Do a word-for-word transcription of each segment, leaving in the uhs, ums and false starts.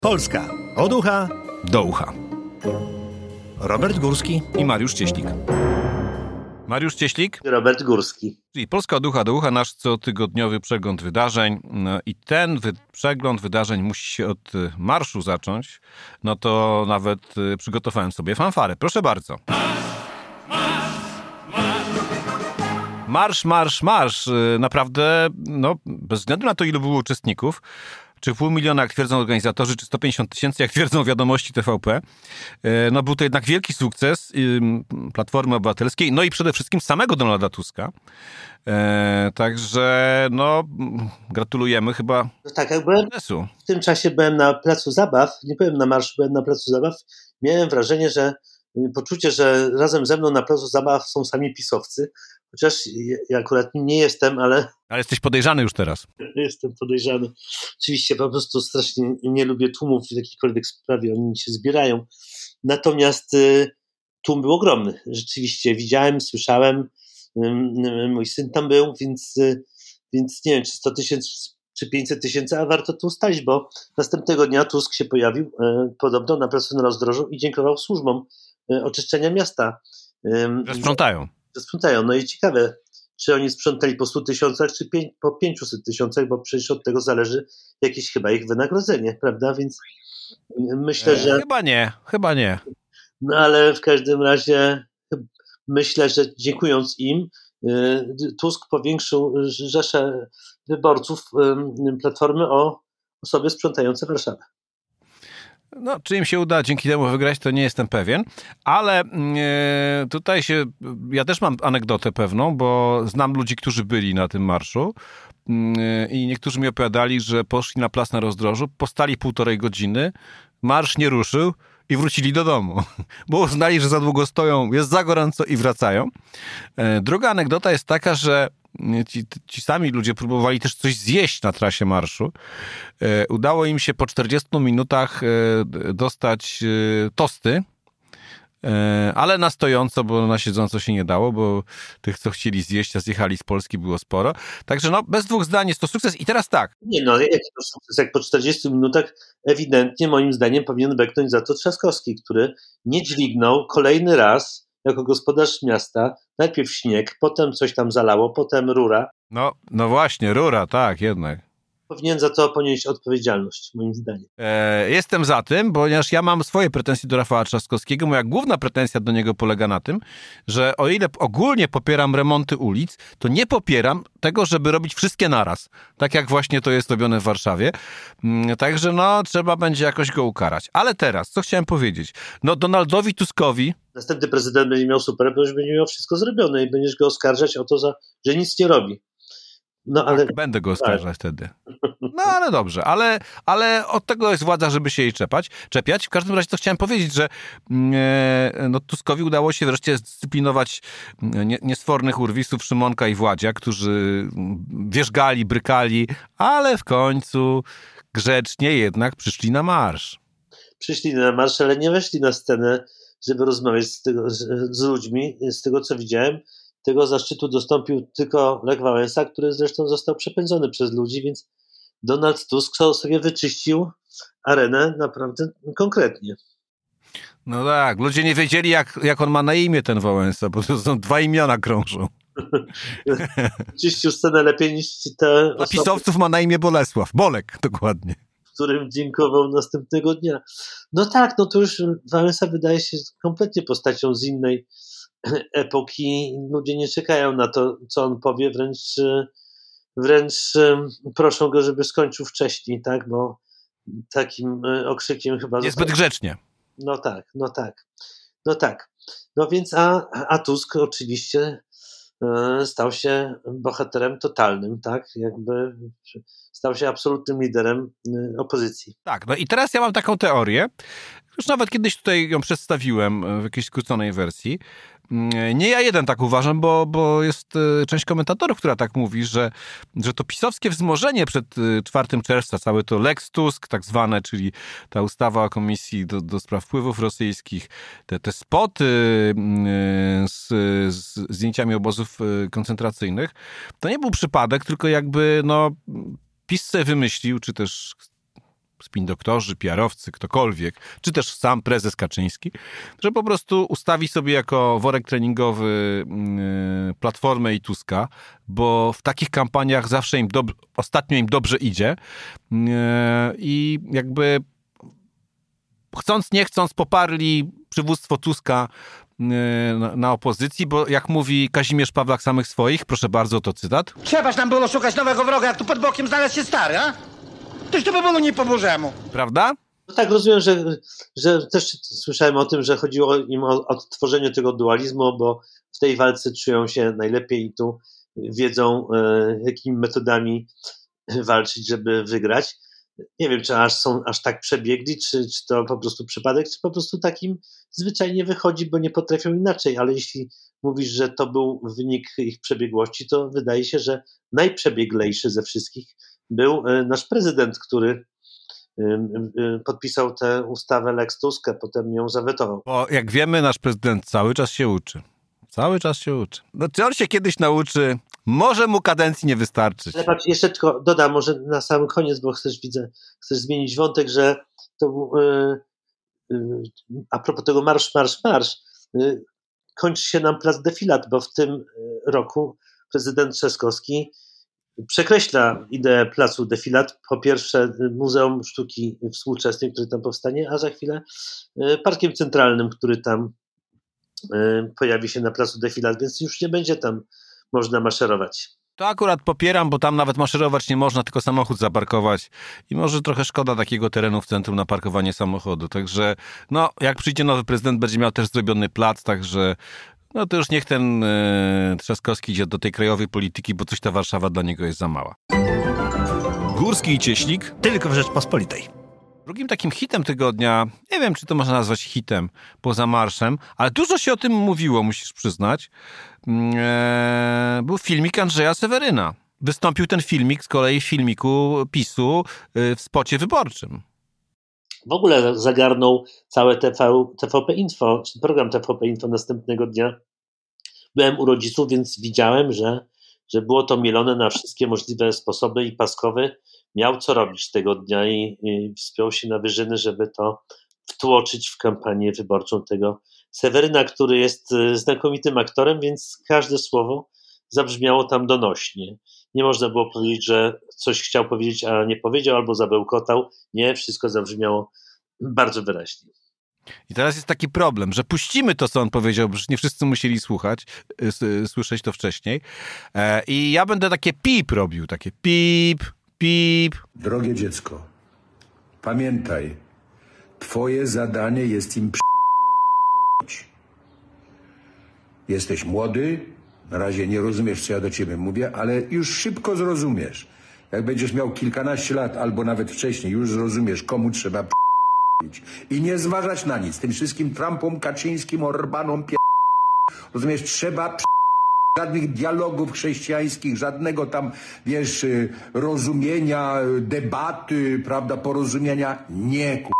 Polska od ucha do ucha. Robert Górski i Mariusz Cieślik. Mariusz Cieślik. Robert Górski. Czyli Polska od ucha do ucha, nasz cotygodniowy przegląd wydarzeń. No i ten wy- przegląd wydarzeń musi się od marszu zacząć. No to nawet y, przygotowałem sobie fanfarę. Proszę bardzo. Marsz, marsz, marsz. Naprawdę, no, bez względu na to, ilu było uczestników, czy pół miliona, jak twierdzą organizatorzy, czy sto pięćdziesiąt tysięcy, jak twierdzą Wiadomości T V P. No był to jednak wielki sukces Platformy Obywatelskiej, no i przede wszystkim samego Donalda Tuska. Także, no, gratulujemy chyba. No tak, jak byłem, w tym czasie byłem na placu zabaw, nie byłem na marszu, byłem na placu zabaw, miałem wrażenie, że poczucie, że razem ze mną na placu zabaw są sami pisowcy, chociaż ja akurat nie jestem, ale... Ale jesteś podejrzany już teraz. Jestem podejrzany. Oczywiście po prostu strasznie nie lubię tłumów w jakiejkolwiek sprawie, oni się zbierają. Natomiast y, tłum był ogromny. Rzeczywiście widziałem, słyszałem, y, y, mój syn tam był, więc, y, więc nie wiem, czy sto tysięcy, czy pięćset tysięcy, a warto tu stać, bo następnego dnia Tusk się pojawił y, podobno na placu na Rozdrożu i dziękował służbom y, oczyszczenia miasta. Y, że sprzątają. Że sprzątają. No i ciekawe, czy oni sprzątali po stu tysiącach, czy pię- po pięciuset tysiącach, bo przecież od tego zależy jakieś chyba ich wynagrodzenie, prawda? Więc myślę, że... E, chyba nie, chyba nie. No ale w każdym razie myślę, że dziękując im, Tusk powiększył rzeszę wyborców Platformy o osoby sprzątające Warszawę. No, czy im się uda dzięki temu wygrać, to nie jestem pewien, ale e, tutaj się, ja też mam anegdotę pewną, bo znam ludzi, którzy byli na tym marszu e, i niektórzy mi opowiadali, że poszli na plac na Rozdrożu, postali półtorej godziny, marsz nie ruszył i wrócili do domu, bo uznali, że za długo stoją, jest za gorąco i wracają. E, druga anegdota jest taka, że Ci, ci sami ludzie próbowali też coś zjeść na trasie marszu. E, udało im się po czterdziestu minutach e, dostać e, tosty, e, ale na stojąco, bo na siedząco się nie dało, bo tych, co chcieli zjeść, a zjechali z Polski, było sporo. Także no, bez dwóch zdań jest to sukces. I teraz tak. Nie no, jaki to sukces? Jak po czterdziestu minutach ewidentnie moim zdaniem powinien beknąć za to Trzaskowski, który nie dźwignął kolejny raz jako gospodarz miasta, najpierw śnieg, potem coś tam zalało, potem rura. No, no właśnie, rura, tak, jednak. Powinien za to ponieść odpowiedzialność, moim zdaniem. E, jestem za tym, ponieważ ja mam swoje pretensje do Rafała Trzaskowskiego. Moja główna pretensja do niego polega na tym, że o ile ogólnie popieram remonty ulic, to nie popieram tego, żeby robić wszystkie naraz. Tak jak właśnie to jest robione w Warszawie. Także no, trzeba będzie jakoś go ukarać. Ale teraz, co chciałem powiedzieć? No, Donaldowi Tuskowi... Następny prezydent będzie miał super, bo już będzie miał wszystko zrobione i będziesz go oskarżać o to, za, że nic nie robi. No, ale... Tak, będę go oskarżać tak. wtedy. No ale dobrze, ale, ale od tego jest władza, żeby się jej czepać, czepiać. W każdym razie to chciałem powiedzieć, że e, no, Tuskowi udało się wreszcie zdyscyplinować nie, niesfornych urwisów Szymonka i Władzia, którzy wierzgali, brykali, ale w końcu grzecznie jednak przyszli na marsz. Przyszli na marsz, ale nie weszli na scenę, żeby rozmawiać z, tego, z, z ludźmi. Z tego, co widziałem, tego zaszczytu dostąpił tylko Lech Wałęsa, który zresztą został przepędzony przez ludzi, więc Donald Tusk sobie wyczyścił arenę naprawdę konkretnie. No tak, ludzie nie wiedzieli, jak, jak on ma na imię, ten Wałęsa, bo to są dwa imiona krążą. Wyczyścił scenę lepiej niż te osoby. Pisowców ma na imię Bolesław, Bolek dokładnie. Którym dziękował następnego dnia. No tak, no to już Wałęsa wydaje się kompletnie postacią z innej epoki. Ludzie nie czekają na to, co on powie, wręcz, wręcz proszą go, żeby skończył wcześniej, tak, bo takim okrzykiem chyba... Niezbyt został... grzecznie. No tak, no tak, no tak. No więc, a, a Tusk oczywiście stał się bohaterem totalnym, tak, jakby stał się absolutnym liderem opozycji. Tak, no i teraz ja mam taką teorię, już nawet kiedyś tutaj ją przedstawiłem w jakiejś skróconej wersji. Nie ja jeden tak uważam, bo, bo jest część komentatorów, która tak mówi, że, że to pisowskie wzmożenie przed czwartego czerwca, całe to Lex Tusk tak zwane, czyli ta ustawa o Komisji do, do Spraw Wpływów Rosyjskich, te, te spoty z, z zdjęciami obozów koncentracyjnych, to nie był przypadek, tylko jakby no PiS sobie wymyślił, czy też spin-doktorzy, P R-owcy, ktokolwiek, czy też sam prezes Kaczyński, że po prostu ustawi sobie jako worek treningowy yy, Platformę i Tuska, bo w takich kampaniach zawsze im dob- ostatnio im dobrze idzie yy, i jakby chcąc, nie chcąc poparli przywództwo Tuska Na, na opozycji, bo jak mówi Kazimierz Pawlak samych swoich, proszę bardzo, to cytat. Trzeba nam było szukać nowego wroga, jak tu pod bokiem znalazł się stary, a? Toż to by było nie po bożemu. Prawda? No tak, rozumiem, że, że też słyszałem o tym, że chodziło im o odtworzenie tego dualizmu, bo w tej walce czują się najlepiej i tu wiedzą, e, jakimi metodami walczyć, żeby wygrać. Nie wiem, czy aż są aż tak przebiegli, czy, czy to po prostu przypadek, czy po prostu takim zwyczajnie wychodzi, bo nie potrafią inaczej, ale jeśli mówisz, że to był wynik ich przebiegłości, to wydaje się, że najprzebieglejszy ze wszystkich był nasz prezydent, który podpisał tę ustawę Lex Tusk, a potem ją zawetował. Bo jak wiemy, nasz prezydent cały czas się uczy. Cały czas się uczy. No czy on się kiedyś nauczy? Może mu kadencji nie wystarczyć. Ale patrz, jeszcze tylko dodam, może na sam koniec, bo chcesz, widzę, chcesz zmienić wątek, że to yy, yy, a propos tego marsz, marsz, marsz, yy, kończy się nam plac Defilat, bo w tym roku prezydent Trzaskowski przekreśla ideę placu Defilat. Po pierwsze Muzeum Sztuki Współczesnej, które tam powstanie, a za chwilę yy, Parkiem Centralnym, który tam yy, pojawi się na placu Defilat, więc już nie będzie tam można maszerować. To akurat popieram, bo tam nawet maszerować nie można, tylko samochód zaparkować i może trochę szkoda takiego terenu w centrum na parkowanie samochodu. Także no, jak przyjdzie nowy prezydent, będzie miał też zrobiony plac, także no to już niech ten yy, Trzaskowski idzie do tej krajowej polityki, bo coś ta Warszawa dla niego jest za mała. Górski i Cieślik tylko w Rzeczpospolitej. Drugim takim hitem tygodnia, nie wiem, czy to można nazwać hitem poza marszem, ale dużo się o tym mówiło, musisz przyznać, eee, był filmik Andrzeja Seweryna. Wystąpił ten filmik z kolei w filmiku PiSu w spocie wyborczym. W ogóle zagarnął całe T V, T V P Info, czy program T V P Info następnego dnia. Byłem u rodziców, więc widziałem, że, że było to mielone na wszystkie możliwe sposoby i Paskowy miał co robić tego dnia i, i wspiął się na wyżyny, żeby to wtłoczyć w kampanię wyborczą tego Seweryna, który jest znakomitym aktorem, więc każde słowo zabrzmiało tam donośnie. Nie można było powiedzieć, że coś chciał powiedzieć, a nie powiedział, albo zabełkotał. Nie, wszystko zabrzmiało bardzo wyraźnie. I teraz jest taki problem, że puścimy to, co on powiedział, bo nie wszyscy musieli słuchać, słyszeć to wcześniej. I ja będę takie pip robił, takie pip, pip. Drogie dziecko, pamiętaj, twoje zadanie jest im przy***ć. Jesteś młody, na razie nie rozumiesz, co ja do ciebie mówię, ale już szybko zrozumiesz. Jak będziesz miał kilkanaście lat, albo nawet wcześniej, już zrozumiesz, komu trzeba p***ć. I nie zważać na nic. Tym wszystkim Trumpom, Kaczyńskim, Orbanom, p***. Rozumiesz, trzeba p***. Żadnych dialogów chrześcijańskich, żadnego tam, wiesz, rozumienia, debaty, prawda, porozumienia. Nie, k***.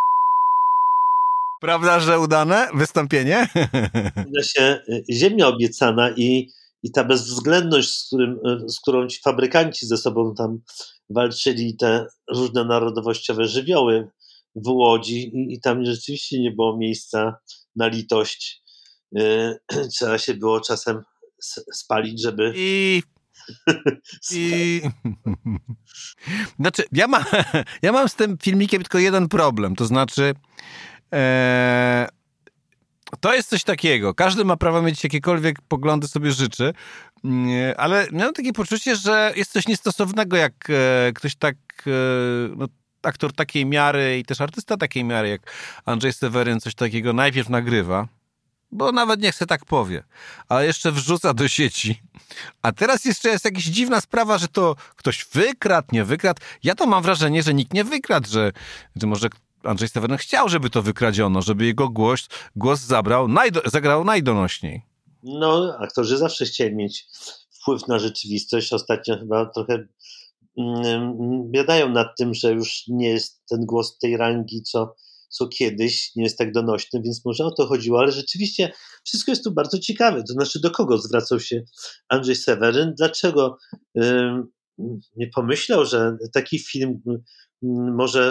Prawda, że udane wystąpienie? się ziemia obiecana i, i ta bezwzględność, z, którym, z którą ci fabrykanci ze sobą tam walczyli, te różne narodowościowe żywioły w Łodzi i, i tam rzeczywiście nie było miejsca na litość. Yy, trzeba się było czasem spalić, żeby... I... I... Znaczy, ja, ma, ja mam z tym filmikiem tylko jeden problem, to znaczy e, to jest coś takiego, każdy ma prawo mieć jakiekolwiek poglądy sobie życzy, ale miałem takie poczucie, że jest coś niestosownego, jak e, ktoś tak, e, no, aktor takiej miary i też artysta takiej miary, jak Andrzej Seweryn coś takiego najpierw nagrywa, bo nawet niech se tak powie, ale jeszcze wrzuca do sieci. A teraz jeszcze jest jakaś dziwna sprawa, że to ktoś wykradł, nie wykradł. Ja to mam wrażenie, że nikt nie wykradł, że, że może Andrzej Seweryn chciał, żeby to wykradziono, żeby jego głos, głos zabrał, najdo, zagrał najdonośniej. No, aktorzy zawsze chcieli mieć wpływ na rzeczywistość. Ostatnio chyba trochę mm, biadają nad tym, że już nie jest ten głos tej rangi, co co kiedyś, nie jest tak donośny, więc może o to chodziło, ale rzeczywiście wszystko jest tu bardzo ciekawe. To znaczy, do kogo zwracał się Andrzej Seweryn? Dlaczego yy, nie pomyślał, że taki film yy, może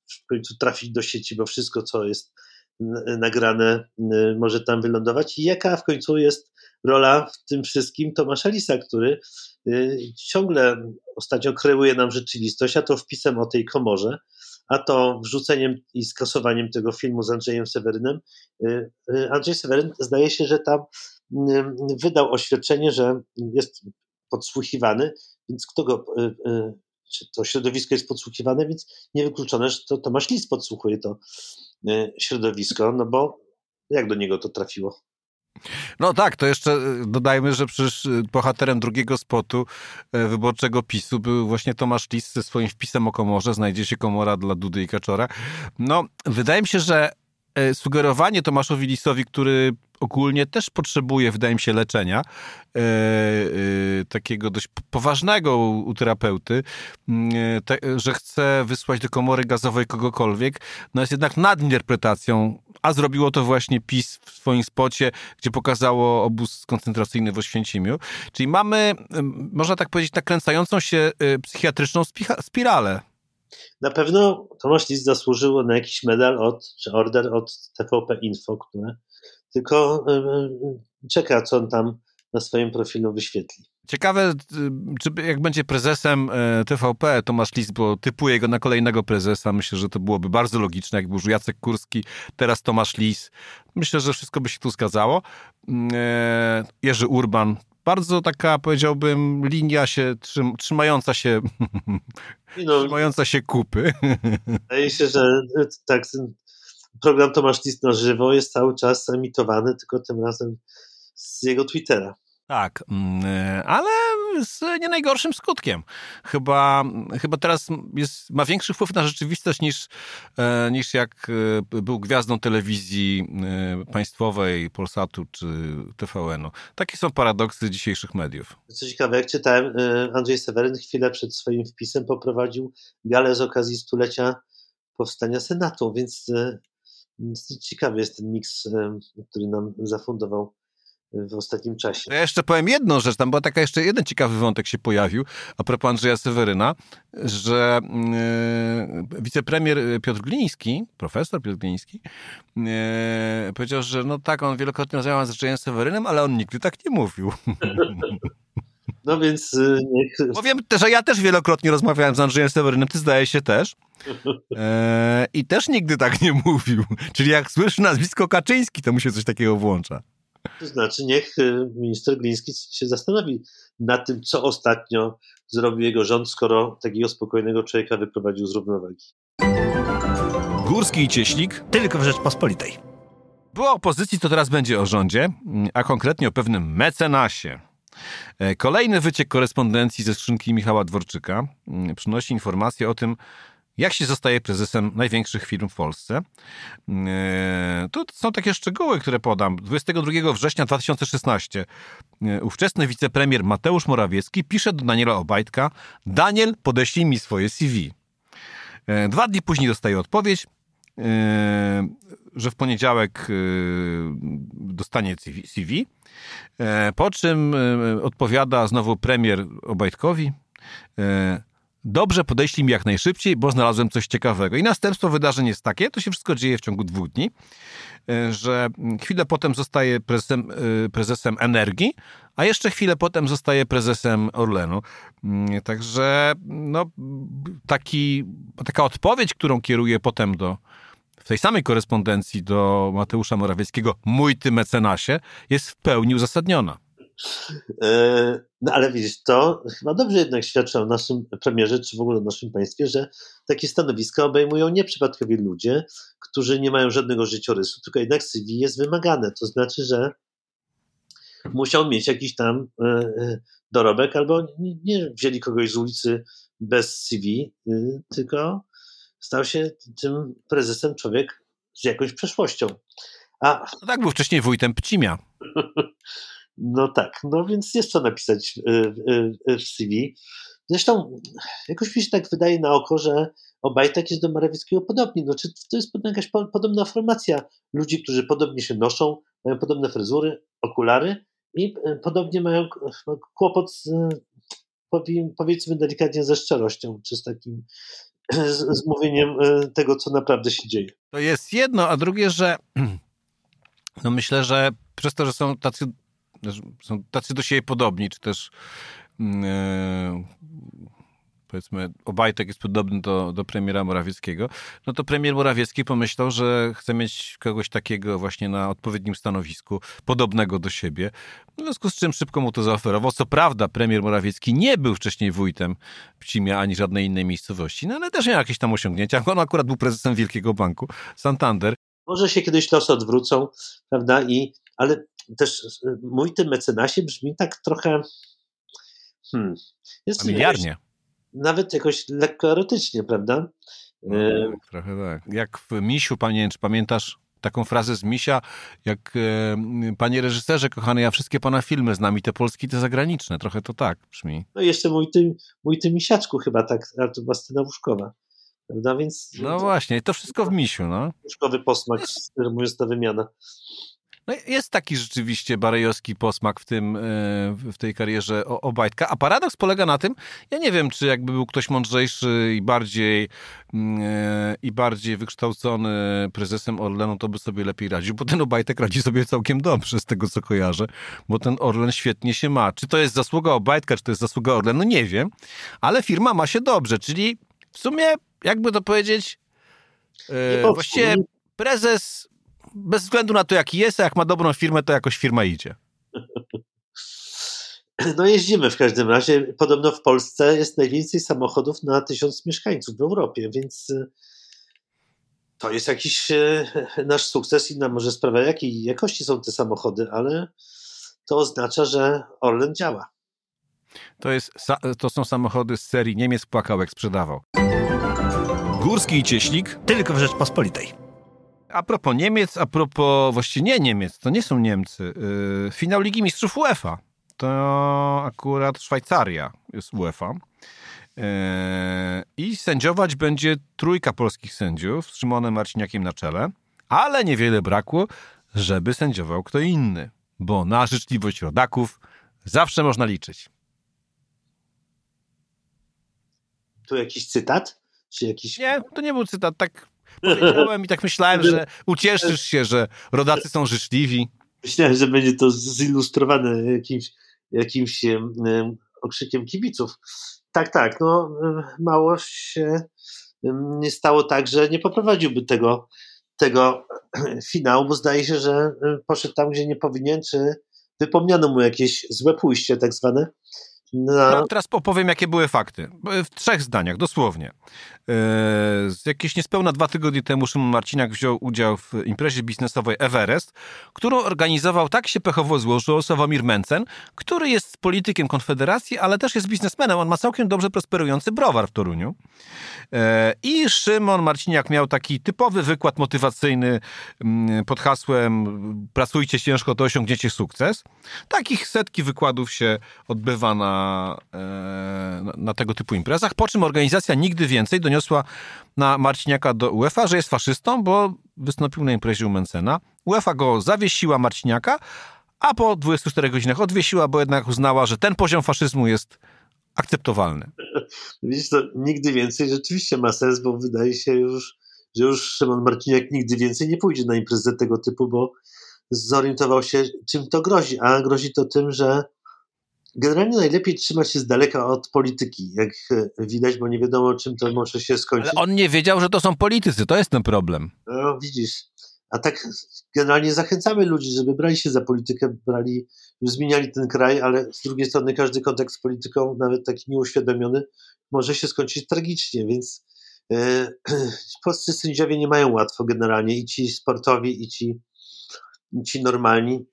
w końcu trafić do sieci, bo wszystko, co jest nagrane, może tam wylądować i jaka w końcu jest rola w tym wszystkim Tomasza Lisa, który ciągle ostatnio kreuje nam rzeczywistość, a to wpisem o tej komorze, a to wrzuceniem i skasowaniem tego filmu z Andrzejem Sewerynem. Andrzej Seweryn zdaje się, że tam wydał oświadczenie, że jest podsłuchiwany, więc kto go, czy to środowisko jest podsłuchiwane, więc niewykluczone, że to Tomasz Lis podsłuchuje to środowisko, no bo jak do niego to trafiło? No tak, to jeszcze dodajmy, że przecież bohaterem drugiego spotu wyborczego PiSu był właśnie Tomasz Lis ze swoim wpisem o komorze, znajdzie się komora dla Dudy i Kaczora. No, wydaje mi się, że sugerowanie Tomaszowi Lisowi, który ogólnie też potrzebuje, wydaje mi się, leczenia, e, e, takiego dość poważnego u, u terapeuty, e, te, że chce wysłać do komory gazowej kogokolwiek, no jest jednak nadinterpretacją, a zrobiło to właśnie PiS w swoim spocie, gdzie pokazało obóz koncentracyjny w Oświęcimiu. Czyli mamy, można tak powiedzieć, nakręcającą się psychiatryczną spiralę. Na pewno Tomasz Lis zasłużył na jakiś medal od, czy order od T V P Info, które tylko yy, czeka, co on tam na swoim profilu wyświetli. Ciekawe, czy jak będzie prezesem T V P Tomasz Lis, bo typuje go na kolejnego prezesa. Myślę, że to byłoby bardzo logiczne, jak był już Jacek Kurski, teraz Tomasz Lis. Myślę, że wszystko by się tu zgadzało. Jerzy Urban. Bardzo taka, powiedziałbym, linia się trzym, trzymająca się no, trzymająca się kupy. Wydaje się, że tak, program Tomasz Lis na żywo jest cały czas emitowany, tylko tym razem z jego Twittera. Tak, ale z nie najgorszym skutkiem. Chyba, chyba teraz jest, ma większy wpływ na rzeczywistość niż, niż jak był gwiazdą telewizji państwowej, Polsatu czy T V N-u. Takie są paradoksy dzisiejszych mediów. Co ciekawe, jak czytałem, Andrzej Seweryn chwilę przed swoim wpisem poprowadził galę z okazji stulecia powstania Senatu, więc ciekawy jest ten miks, który nam zafundował w ostatnim czasie. Ja jeszcze powiem jedną rzecz, tam była taka jeszcze jeden ciekawy wątek się pojawił, a propos Andrzeja Seweryna, że yy, wicepremier Piotr Gliński, profesor Piotr Gliński, yy, powiedział, że no tak, on wielokrotnie rozmawiał z Andrzejem Sewerynem, ale on nigdy tak nie mówił. No więc... Niech... Powiem też, że ja też wielokrotnie rozmawiałem z Andrzejem Sewerynem, ty zdaje się też. E, I też nigdy tak nie mówił. Czyli jak słyszy nazwisko Kaczyński, to mu się coś takiego włącza. To znaczy niech minister Gliński się zastanowi nad tym, co ostatnio zrobił jego rząd, skoro takiego spokojnego człowieka wyprowadził z równowagi. Górski i Cieślik tylko w Rzeczpospolitej. Było o opozycji, to teraz będzie o rządzie, a konkretnie o pewnym mecenasie. Kolejny wyciek korespondencji ze skrzynki Michała Dworczyka przynosi informację o tym, jak się zostaje prezesem największych firm w Polsce. Tu są takie szczegóły, które podam. dwudziestego drugiego września dwa tysiące szesnastego ówczesny wicepremier Mateusz Morawiecki pisze do Daniela Obajtka: Daniel, podeślij mi swoje C V. Dwa dni później dostaje odpowiedź, że w poniedziałek dostanie C V, po czym odpowiada znowu premier Obajtkowi: dobrze, podeślij mi jak najszybciej, bo znalazłem coś ciekawego. I następstwo wydarzeń jest takie, to się wszystko dzieje w ciągu dwóch dni, że chwilę potem zostaje prezesem, prezesem Energii, a jeszcze chwilę potem zostaje prezesem Orlenu. Także no, taki, taka odpowiedź, którą kieruje potem do, w tej samej korespondencji do Mateusza Morawieckiego, mój ty mecenasie, jest w pełni uzasadniona. No ale widzisz, to chyba dobrze jednak świadczy o naszym premierze, czy w ogóle o naszym państwie, że takie stanowiska obejmują nieprzypadkowi ludzie, którzy nie mają żadnego życiorysu, tylko jednak C V jest wymagane. To znaczy, że musiał mieć jakiś tam dorobek, albo nie wzięli kogoś z ulicy bez C V, tylko stał się tym prezesem człowiek z jakąś przeszłością. A... No tak, był wcześniej wójtem Pcimia. No tak, no więc jest co napisać w C V. Zresztą jakoś mi się tak wydaje na oko, że Obajtek jest do Morawieckiego podobni. No, czy to jest jakaś podobna formacja ludzi, którzy podobnie się noszą, mają podobne fryzury, okulary i podobnie mają kłopot z, powiedzmy delikatnie, ze szczerością, czy z takim z, z mówieniem tego, co naprawdę się dzieje. To jest jedno, a drugie, że no myślę, że przez to, że są tacy, są tacy do siebie podobni, czy też yy, powiedzmy Obajtek jest podobny do, do premiera Morawieckiego, no to premier Morawiecki pomyślał, że chce mieć kogoś takiego właśnie na odpowiednim stanowisku, podobnego do siebie, w związku z czym szybko mu to zaoferował. Co prawda premier Morawiecki nie był wcześniej wójtem Pcimia ani żadnej innej miejscowości, no ale też miał jakieś tam osiągnięcia. On akurat był prezesem Wielkiego Banku Santander. Może się kiedyś losy odwrócą, prawda? I, ale też mój tym mecenasie brzmi tak trochę hmm, jest familiarnie. Jakoś, nawet jakoś lekko erotycznie, prawda? No, tak, trochę tak. Jak w Misiu, panie, czy pamiętasz taką frazę z Misia, jak e, panie reżyserze, kochany, ja wszystkie pana filmy znam, i te polskie, i te zagraniczne. Trochę to tak brzmi. No i jeszcze mój ty, mój ty misiaczku chyba tak, ale to była scena łóżkowa. Prawda? Więc, no to, właśnie, to wszystko w Misiu, no. Łóżkowy posmak, szczerze mówiąc, ta wymiana. No jest taki rzeczywiście barejowski posmak w tym, w tej karierze Obajtka, a paradoks polega na tym, ja nie wiem, czy jakby był ktoś mądrzejszy i bardziej i bardziej wykształcony prezesem Orlenu, to by sobie lepiej radził, bo ten Obajtek radzi sobie całkiem dobrze z tego, co kojarzę, bo ten Orlen świetnie się ma. Czy to jest zasługa Obajtka, czy to jest zasługa Orlenu, nie wiem, ale firma ma się dobrze, czyli w sumie, jakby to powiedzieć, Nie właściwie prezes bez względu na to, jaki jest, a jak ma dobrą firmę, to jakoś firma idzie. No jeździmy w każdym razie. Podobno w Polsce jest najwięcej samochodów na tysiąc mieszkańców w Europie, więc to jest jakiś nasz sukces. Inna może sprawa, jakiej jakości są te samochody, ale to oznacza, że Orlen działa. To, jest, to są samochody z serii Niemiec Płakałek sprzedawał. Górski i Cieśnik tylko w Rzeczpospolitej. A propos Niemiec, a propos właściwie nie Niemiec, to nie są Niemcy. Yy, finał Ligi Mistrzów UEFA. To akurat Szwajcaria jest UEFA. Yy, I sędziować będzie trójka polskich sędziów z Szymonem Marciniakiem na czele, ale niewiele brakło, żeby sędziował kto inny, bo na życzliwość rodaków zawsze można liczyć. Tu jakiś cytat? Czy jakiś... Nie, to nie był cytat, tak powiedziałem i tak myślałem, że ucieszysz się, że rodacy są życzliwi. Myślałem, że będzie to zilustrowane jakimś, jakimś um, okrzykiem kibiców. Tak, tak, no mało się nie stało tak, że nie poprowadziłby tego, tego finału, bo zdaje się, że poszedł tam, gdzie nie powinien, czy wypomniano mu jakieś złe pójście tak zwane. No. No, teraz opowiem, jakie były fakty. W trzech zdaniach, dosłownie. Z jakieś niespełna dwa tygodnie temu Szymon Marciniak wziął udział w imprezie biznesowej Everest, którą organizował, tak się pechowo złożyło, Sławomir Mencen, który jest politykiem Konfederacji, ale też jest biznesmenem. On ma całkiem dobrze prosperujący browar w Toruniu. I Szymon Marciniak miał taki typowy wykład motywacyjny pod hasłem pracujcie ciężko, to osiągniecie sukces. Takich setki wykładów się odbywa na Na, na tego typu imprezach, po czym organizacja nigdy więcej doniosła na Marciniaka do UEFA, że jest faszystą, bo wystąpił na imprezie u Mencena. UEFA go zawiesiła, Marciniaka, a po dwudziestu czterech godzinach odwiesiła, bo jednak uznała, że ten poziom faszyzmu jest akceptowalny. Widzisz, to nigdy więcej rzeczywiście ma sens, bo wydaje się już, że już Szymon Marciniak nigdy więcej nie pójdzie na imprezę tego typu, bo zorientował się, czym to grozi, a grozi to tym, że generalnie najlepiej trzymać się z daleka od polityki, jak widać, bo nie wiadomo, czym to może się skończyć. Ale on nie wiedział, że to są politycy, to jest ten problem. No, widzisz. A tak generalnie zachęcamy ludzi, żeby brali się za politykę, brali, żeby zmieniali ten kraj, ale z drugiej strony każdy kontakt z polityką, nawet taki nieuświadomiony, może się skończyć tragicznie, więc e, polscy sędziowie nie mają łatwo generalnie, i ci sportowi, i ci, i ci normalni,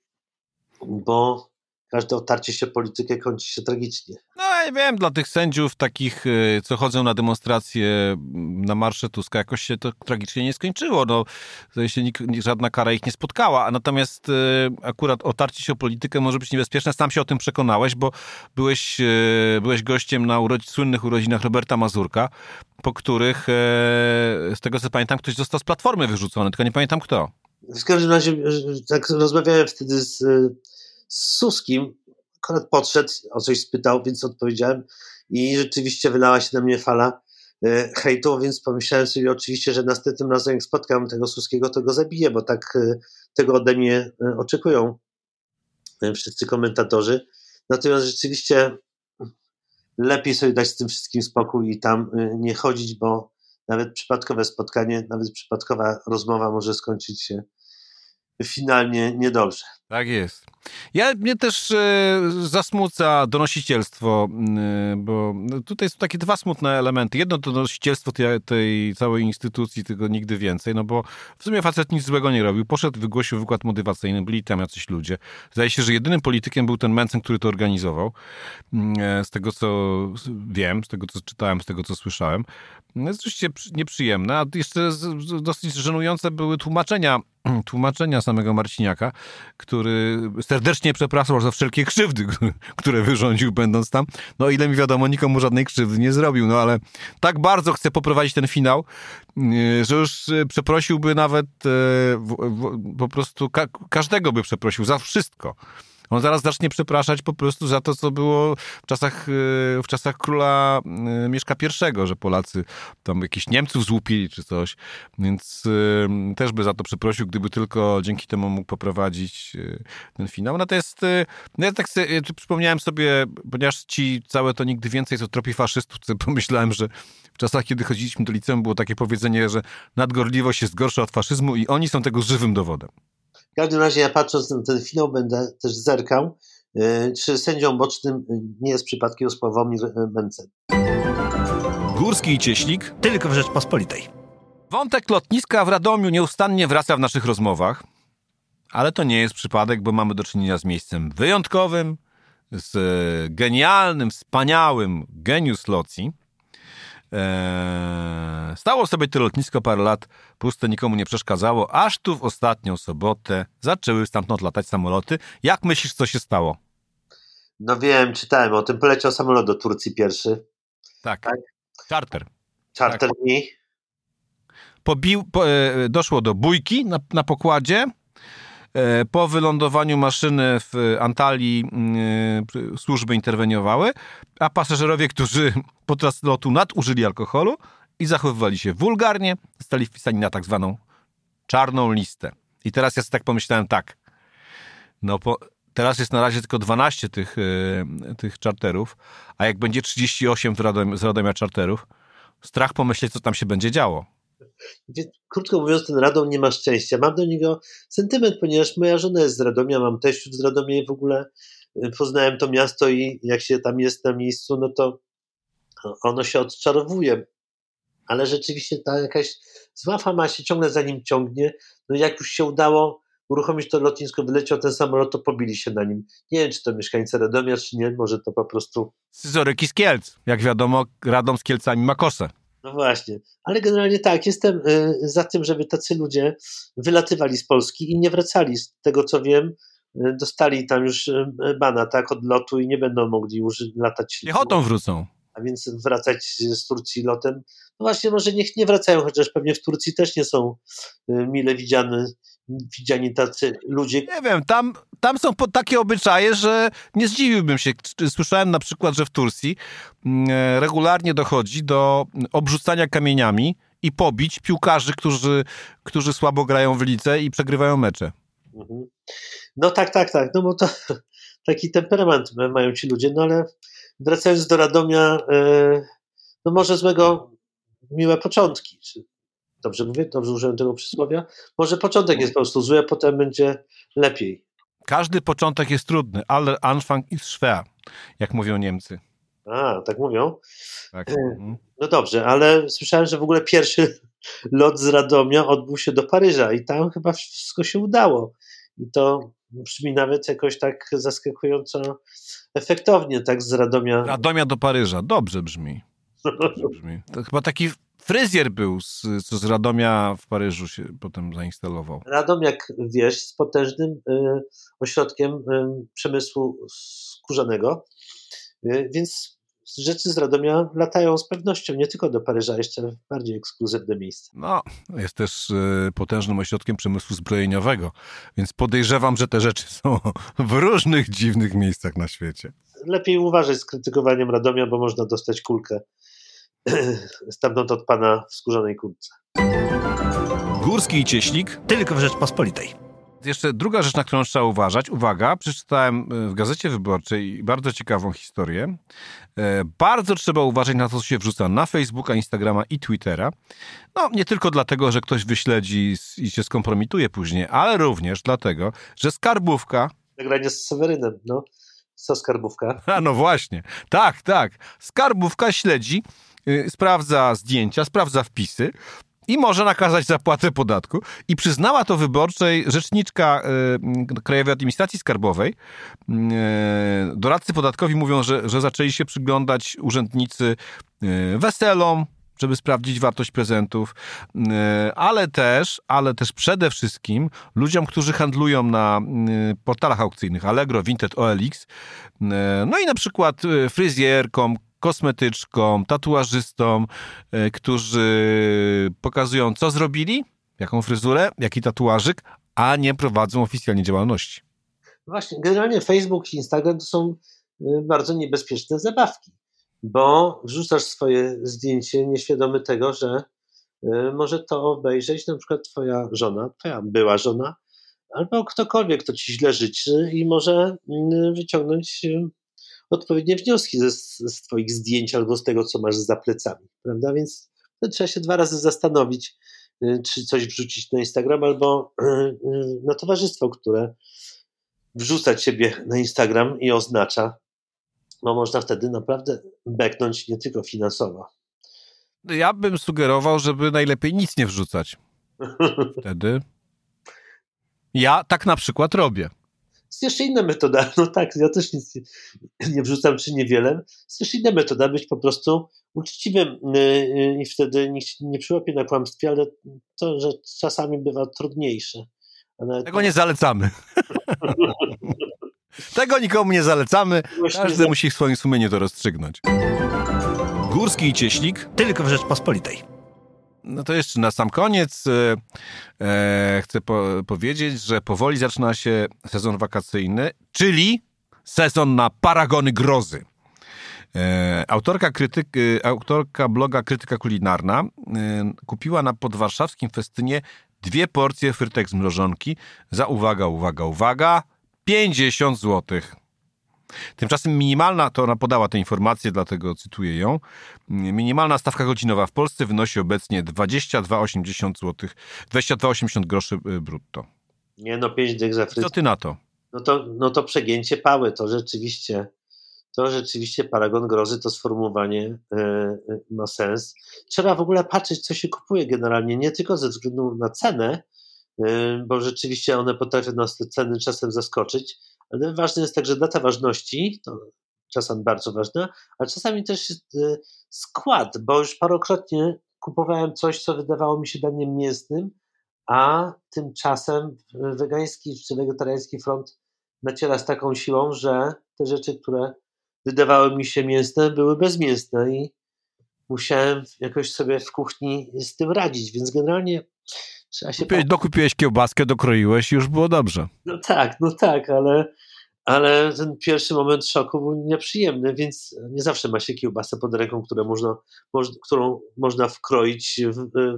bo każde otarcie się o politykę kończy się tragicznie. No ja wiem, dla tych sędziów takich, co chodzą na demonstracje na marsze Tuska, jakoś się to tragicznie nie skończyło. No, zdaje się, nikt, żadna kara ich nie spotkała, a natomiast akurat otarcie się o politykę może być niebezpieczne. Sam się o tym przekonałeś, bo byłeś, byłeś gościem na urodzi, słynnych urodzinach Roberta Mazurka, po których, z tego co pamiętam, ktoś został z Platformy wyrzucony, tylko nie pamiętam kto. W każdym razie, tak rozmawiałem wtedy z z Suskim, akurat podszedł, o coś spytał, więc odpowiedziałem i rzeczywiście wylała się na mnie fala hejtu, więc pomyślałem sobie oczywiście, że następnym razem jak spotkam tego Suskiego, to go zabiję, bo tak tego ode mnie oczekują wszyscy komentatorzy. Natomiast rzeczywiście lepiej sobie dać z tym wszystkim spokój i tam nie chodzić, bo nawet przypadkowe spotkanie, nawet przypadkowa rozmowa może skończyć się finalnie niedobrze. Tak jest. Ja, mnie też e, zasmuca donosicielstwo, e, bo tutaj są takie dwa smutne elementy. Jedno to donosicielstwo tej, tej całej instytucji, tego nigdy więcej, no bo w sumie facet nic złego nie robił. Poszedł, wygłosił wykład motywacyjny, byli tam jacyś ludzie. Zdaje się, że jedynym politykiem był ten Mencen, który to organizował. E, z tego, co wiem, z tego, co czytałem, z tego, co słyszałem. No jest oczywiście nieprzyjemne, a jeszcze dosyć żenujące były tłumaczenia tłumaczenia samego Marciniaka, który serdecznie przepraszał za wszelkie krzywdy, które wyrządził będąc tam. No ile mi wiadomo, nikomu żadnej krzywdy nie zrobił, no ale tak bardzo chce poprowadzić ten finał, że już przeprosiłby nawet po prostu, każdego by przeprosił za wszystko. On zaraz zacznie przepraszać po prostu za to, co było w czasach, w czasach króla Mieszka I, że Polacy tam jakichś Niemców złupili czy coś, więc też by za to przeprosił, gdyby tylko dzięki temu mógł poprowadzić ten finał. Natomiast ja tak sobie, przypomniałem sobie, ponieważ ci całe to nigdy więcej co tropi faszystów, to pomyślałem, że w czasach, kiedy chodziliśmy do liceum, było takie powiedzenie, że nadgorliwość jest gorsza od faszyzmu i oni są tego żywym dowodem. W każdym razie ja patrząc na ten finał będę też zerkał, czy sędzią bocznym nie jest przypadkiem Sławomir Mencen. Górski i Cieślik tylko w Rzeczpospolitej. Wątek lotniska w Radomiu nieustannie wraca w naszych rozmowach, ale to nie jest przypadek, bo mamy do czynienia z miejscem wyjątkowym, z genialnym, wspaniałym genius locji. Eee, stało sobie to lotnisko parę lat, puste, nikomu nie przeszkadzało, aż tu w ostatnią sobotę zaczęły stamtąd latać samoloty. Jak myślisz, co się stało? No wiem, czytałem o tym. Poleciał samolot do Turcji pierwszy. Tak, tak? Charter. Charter tak. mi. Pobił, po, e, doszło do bójki na, na pokładzie. E, po wylądowaniu maszyny w Antalii e, służby interweniowały, a pasażerowie, którzy podczas lotu nadużyli alkoholu i zachowywali się wulgarnie, zostali wpisani na tak zwaną czarną listę. I teraz ja sobie tak pomyślałem tak, no po, teraz jest na razie tylko dwanaście tych, e, tych czarterów, a jak będzie trzydzieści osiem z Radomia, z Radomia czarterów, strach pomyśleć, co tam się będzie działo. Krótko mówiąc, ten Radom nie ma szczęścia. Mam do niego sentyment, ponieważ moja żona jest z Radomia, mam teściów z Radomia i w ogóle poznałem to miasto i jak się tam jest na miejscu, no to ono się odczarowuje. Ale rzeczywiście ta jakaś zła fama się ciągle za nim ciągnie. No jak już się udało uruchomić to lotnisko, wyleciał ten samolot, to pobili się na nim. Nie wiem, czy to mieszkańcy Radomia, czy nie, może to po prostu... Scyzoryki z Kielc. Jak wiadomo, Radom z Kielcami ma kosę. No właśnie, ale generalnie tak, jestem y, za tym, żeby tacy ludzie wylatywali z Polski i nie wracali. Z tego co wiem, y, dostali tam już y, bana, tak, od lotu i nie będą mogli już latać. Piechotą wrócą. A więc wracać z Turcji lotem. No właśnie, może niech nie wracają, chociaż pewnie w Turcji też nie są y, mile widziane, widziani tacy ludzie. Nie wiem, tam, tam są takie obyczaje, że nie zdziwiłbym się. Słyszałem na przykład, że w Turcji regularnie dochodzi do obrzucania kamieniami i pobić piłkarzy, którzy, którzy słabo grają w lidze i przegrywają mecze. Mhm. No tak, tak, tak, no bo to taki temperament mają ci ludzie, no ale wracając do Radomia, no może złego miłe początki. Dobrze mówię? Dobrze użyłem tego przysłowia? Może początek jest po prostu zły, a potem będzie lepiej. Każdy początek jest trudny, ale Anfang ist schwer, jak mówią Niemcy. A, tak mówią? Tak. No dobrze, ale słyszałem, że w ogóle pierwszy lot z Radomia odbył się do Paryża i tam chyba wszystko się udało. I to brzmi nawet jakoś tak zaskakująco efektownie, tak z Radomia. Radomia do Paryża, dobrze brzmi. Dobrze brzmi. To chyba taki fryzjer był, z, co z Radomia w Paryżu się potem zainstalował. Radom, jak wiesz, jest potężnym y, ośrodkiem y, przemysłu skórzanego, y, więc rzeczy z Radomia latają z pewnością nie tylko do Paryża, jeszcze w bardziej ekskluzywne miejsca. No, jest też y, potężnym ośrodkiem przemysłu zbrojeniowego, więc podejrzewam, że te rzeczy są w różnych dziwnych miejscach na świecie. Lepiej uważać z krytykowaniem Radomia, bo można dostać kulkę stamtąd od pana w skórzanej kurtce. Górski i Cieślik tylko w Rzeczpospolitej. Jeszcze druga rzecz, na którą trzeba uważać. Uwaga, przeczytałem w Gazecie Wyborczej bardzo ciekawą historię. Bardzo trzeba uważać na to, co się wrzuca na Facebooka, Instagrama i Twittera. No, nie tylko dlatego, że ktoś wyśledzi i się skompromituje później, ale również dlatego, że skarbówka... Nagranie z Sewerynem, no. Co skarbówka? A no właśnie. Tak, tak. Skarbówka śledzi, yy, sprawdza zdjęcia, sprawdza wpisy i może nakazać zapłatę podatku. I przyznała to Wyborczej rzeczniczka y, Krajowej Administracji Skarbowej. Y, doradcy podatkowi mówią, że, że zaczęli się przyglądać urzędnicy y, weselom, żeby sprawdzić wartość prezentów, y, ale też, ale też przede wszystkim ludziom, którzy handlują na y, portalach aukcyjnych Allegro, Vinted, O L X. Y, no i na przykład y, fryzjerkom, kosmetyczkom, tatuażystom, y, którzy pokazują, co zrobili, jaką fryzurę, jaki tatuażyk, a nie prowadzą oficjalnie działalności. Właśnie, generalnie Facebook i Instagram to są y, bardzo niebezpieczne zabawki, bo wrzucasz swoje zdjęcie nieświadomy tego, że y, może to obejrzeć na przykład twoja żona, twoja była żona, albo ktokolwiek, kto ci źle życzy i może y, wyciągnąć y, odpowiednie wnioski ze, z twoich zdjęć albo z tego, co masz za plecami, prawda? Więc trzeba się dwa razy zastanowić, y, czy coś wrzucić na Instagram albo y, y, na towarzystwo, które wrzuca ciebie na Instagram i oznacza, bo można wtedy naprawdę beknąć nie tylko finansowo. Ja bym sugerował, żeby najlepiej nic nie wrzucać. Wtedy ja tak na przykład robię. Jest jeszcze inna metoda, no tak, ja też nic nie, nie wrzucam czy niewiele. Jest jeszcze inna metoda, być po prostu uczciwym yy, i wtedy nikt się nie przyłapie na kłamstwie, ale to, że czasami bywa trudniejsze. Nawet... Tego nie zalecamy. Tego nikomu nie zalecamy. Każdy musi w swoim sumieniu to rozstrzygnąć. Górski i Cieślik tylko w Rzeczpospolitej. No to jeszcze na sam koniec e, e, chcę po, powiedzieć, że powoli zaczyna się sezon wakacyjny, czyli sezon na paragony grozy. E, autorka, krytyk, e, autorka bloga Krytyka Kulinarna e, kupiła na podwarszawskim festynie dwie porcje frytek z mrożonki za, uwaga, uwaga, uwaga, pięćdziesiąt złotych. Tymczasem minimalna, to ona podała tę informację, dlatego cytuję ją, minimalna stawka godzinowa w Polsce wynosi obecnie dwadzieścia dwa osiemdziesiąt złotych, dwadzieścia dwa osiemdziesiąt groszy brutto. Nie no, pięć dych za frytki. Co ty na to? No to, no to przegięcie pały, to rzeczywiście, to rzeczywiście paragon grozy, to sformułowanie yy, ma sens. Trzeba w ogóle patrzeć, co się kupuje generalnie, nie tylko ze względu na cenę, yy, bo rzeczywiście one potrafią nas te ceny czasem zaskoczyć, ale ważne jest także data ważności, to czasem bardzo ważna, ale czasami też yy, skład, bo już parokrotnie kupowałem coś, co wydawało mi się daniem mięsnym, a tymczasem wegański czy wegetariański front naciera z taką siłą, że te rzeczy, które wydawały mi się mięsne, były bezmięsne i musiałem jakoś sobie w kuchni z tym radzić, więc generalnie trzeba się... Kupiłeś, dokupiłeś kiełbaskę, dokroiłeś i już było dobrze. No tak, no tak, ale, ale ten pierwszy moment szoku był nieprzyjemny, więc nie zawsze ma się kiełbasę pod ręką, które można, moż, którą można wkroić w, w,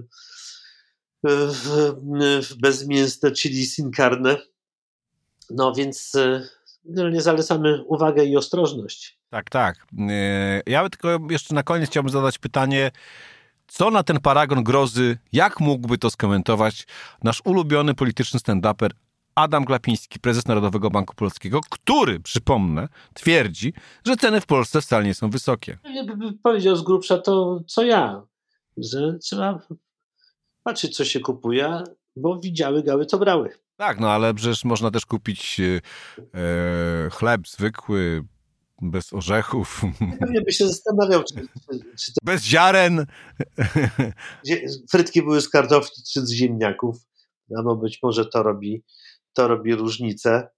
w, w bezmięsne chili sin carne. No więc generalnie zalecamy uwagę i ostrożność. Tak, tak. Ja tylko jeszcze na koniec chciałbym zadać pytanie, co na ten paragon grozy, jak mógłby to skomentować nasz ulubiony polityczny stand-uper Adam Glapiński, prezes Narodowego Banku Polskiego, który, przypomnę, twierdzi, że ceny w Polsce wcale nie są wysokie. Powiedział z grubsza to, co ja, że trzeba patrzeć, co się kupuje, bo widziały gały, to brały. Tak, no ale przecież można też kupić e, chleb zwykły, bez orzechów. Pewnie by się zastanawiał, czy, czy, czy to... Bez ziaren. Frytki były z kartofli czy z ziemniaków. No bo być może to robi, to robi różnicę.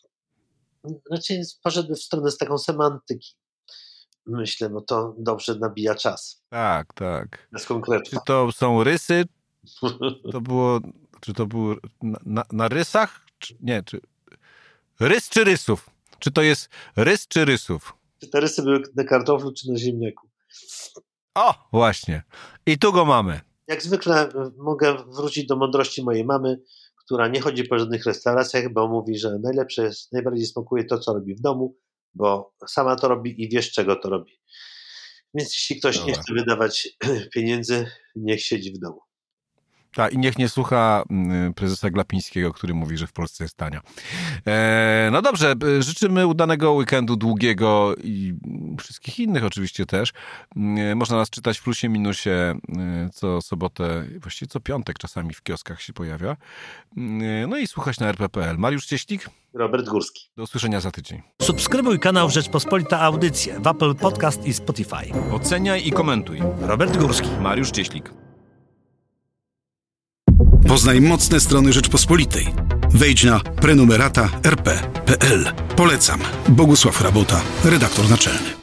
Raczej poszedłby w stronę z taką semantyki. Myślę, bo to dobrze nabija czas. Tak, tak. Bez konkretów. Czy to są rysy? To było... Czy to było na, na, na rysach? Czy, nie, czy... Rys czy rysów? Czy to jest rys czy rysów? Czy te rysy były na kartoflu czy na ziemniaku? O, właśnie. I tu go mamy. Jak zwykle mogę wrócić do mądrości mojej mamy, która nie chodzi po żadnych restauracjach, bo mówi, że najlepsze jest, najbardziej smakuje to, co robi w domu, bo sama to robi i wie, z czego to robi. Więc jeśli ktoś Dobra. nie chce wydawać pieniędzy, niech siedzi w domu. Tak, i niech nie słucha prezesa Glapińskiego, który mówi, że w Polsce jest tania. E, no dobrze, życzymy udanego weekendu, długiego i wszystkich innych oczywiście też. E, można nas czytać w Plusie Minusie co sobotę, właściwie co piątek czasami w kioskach się pojawia. E, no i słuchać na er pe kropka pe el. Mariusz Cieślik. Robert Górski. Do usłyszenia za tydzień. Subskrybuj kanał Rzeczpospolita Audycje w Apple Podcast i Spotify. Oceniaj i komentuj. Robert Górski. Mariusz Cieślik. Poznaj mocne strony Rzeczpospolitej. Wejdź na prenumerata er pe kropka pe el. Polecam. Bogusław Rabota, redaktor naczelny.